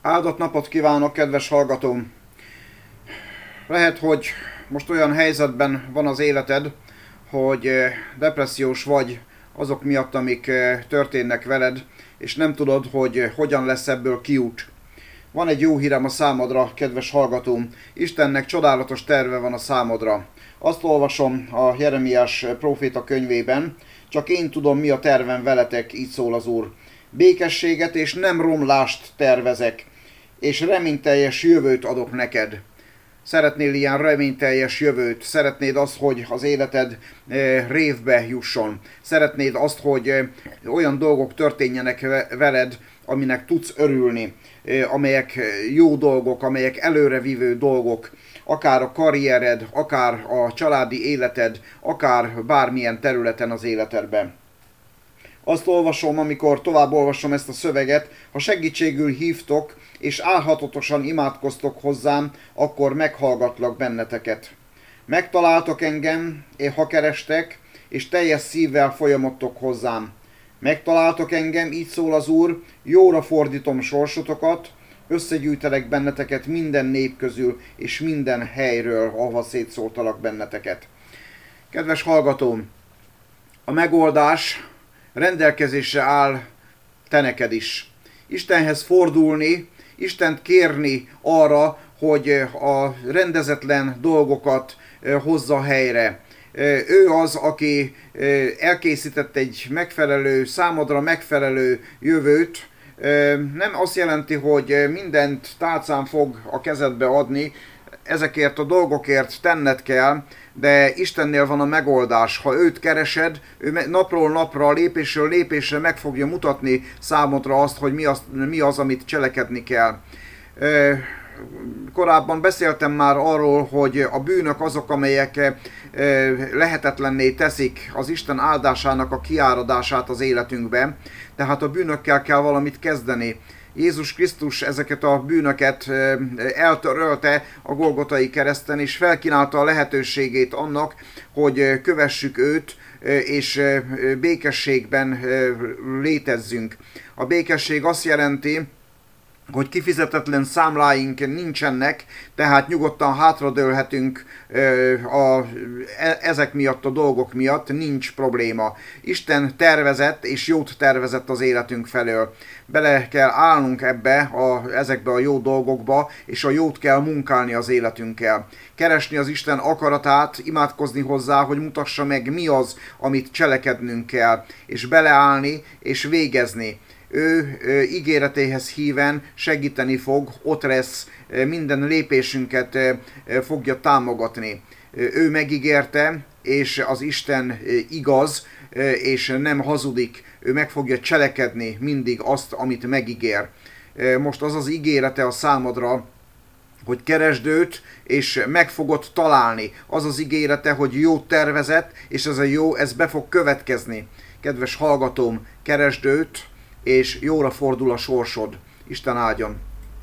Áldott napot kívánok, kedves hallgatóm! Lehet, hogy most olyan helyzetben van az életed, hogy depressziós vagy azok miatt, amik történnek veled, és nem tudod, hogy hogyan lesz ebből kiút. Van egy jó hírem a számodra, kedves hallgatóm. Istennek csodálatos terve van a számodra. Azt olvasom a Jeremiás próféta könyvében, csak én tudom, mi a tervem veletek, így szól az Úr. Békességet és nem romlást tervezek, és reményteljes jövőt adok neked. Szeretnél ilyen reményteljes jövőt? Szeretnéd azt, hogy az életed révbe jusson? Szeretnéd azt, hogy olyan dolgok történjenek veled, aminek tudsz örülni, amelyek jó dolgok, amelyek előrevívő dolgok, akár a karriered, akár a családi életed, akár bármilyen területen az életedben. Azt olvasom, amikor tovább olvasom ezt a szöveget, ha segítségül hívtok, és álhatatosan imádkoztok hozzám, akkor meghallgatlak benneteket. Megtaláltok engem, ha kerestek, és teljes szívvel folyamodtok hozzám. Megtaláltok engem, így szól az Úr, jóra fordítom sorsotokat, összegyűjtelek benneteket minden nép közül, és minden helyről, ahova szétszórtalak benneteket. Kedves hallgatóm, a megoldás rendelkezésre áll te neked is. Istenhez fordulni, Istent kérni arra, hogy a rendezetlen dolgokat hozza helyre. Ő az, aki elkészített egy megfelelő, számodra megfelelő jövőt. Nem azt jelenti, hogy mindent tálcán fog a kezedbe adni, ezekért a dolgokért tenned kell, de Istennél van a megoldás. Ha őt keresed, ő napról napra, lépésről lépésre meg fogja mutatni számodra azt, hogy mi az, amit cselekedni kell. Korábban beszéltem már arról, hogy a bűnök azok, amelyek lehetetlenné teszik az Isten áldásának a kiáradását az életünkbe, tehát a bűnökkel kell valamit kezdeni. Jézus Krisztus ezeket a bűnöket eltörölte a Golgotai kereszten, és felkínálta a lehetőségét annak, hogy kövessük őt, és békességben létezzünk. A békesség azt jelenti, hogy kifizetetlen számláink nincsenek, tehát nyugodtan hátradőlhetünk ezek miatt a dolgok miatt, nincs probléma. Isten tervezett és jót tervezett az életünk felől. Bele kell állnunk ezekbe a jó dolgokba, és a jót kell munkálni az életünkkel. Keresni az Isten akaratát, imádkozni hozzá, hogy mutassa meg, mi az, amit cselekednünk kell, és beleállni és végezni. Ő ígéretéhez híven segíteni fog, ott lesz, minden lépésünket fogja támogatni. Ő megígérte, és az Isten igaz, és nem hazudik. Ő meg fogja cselekedni mindig azt, amit megígér. Most az az ígérete a számodra, hogy keresd őt, és meg fogod találni. Az az ígérete, hogy jót tervezett, és ez a jó, ez be fog következni. Kedves hallgatóm, keresd őt, és jóra fordul a sorsod. Isten áldjon!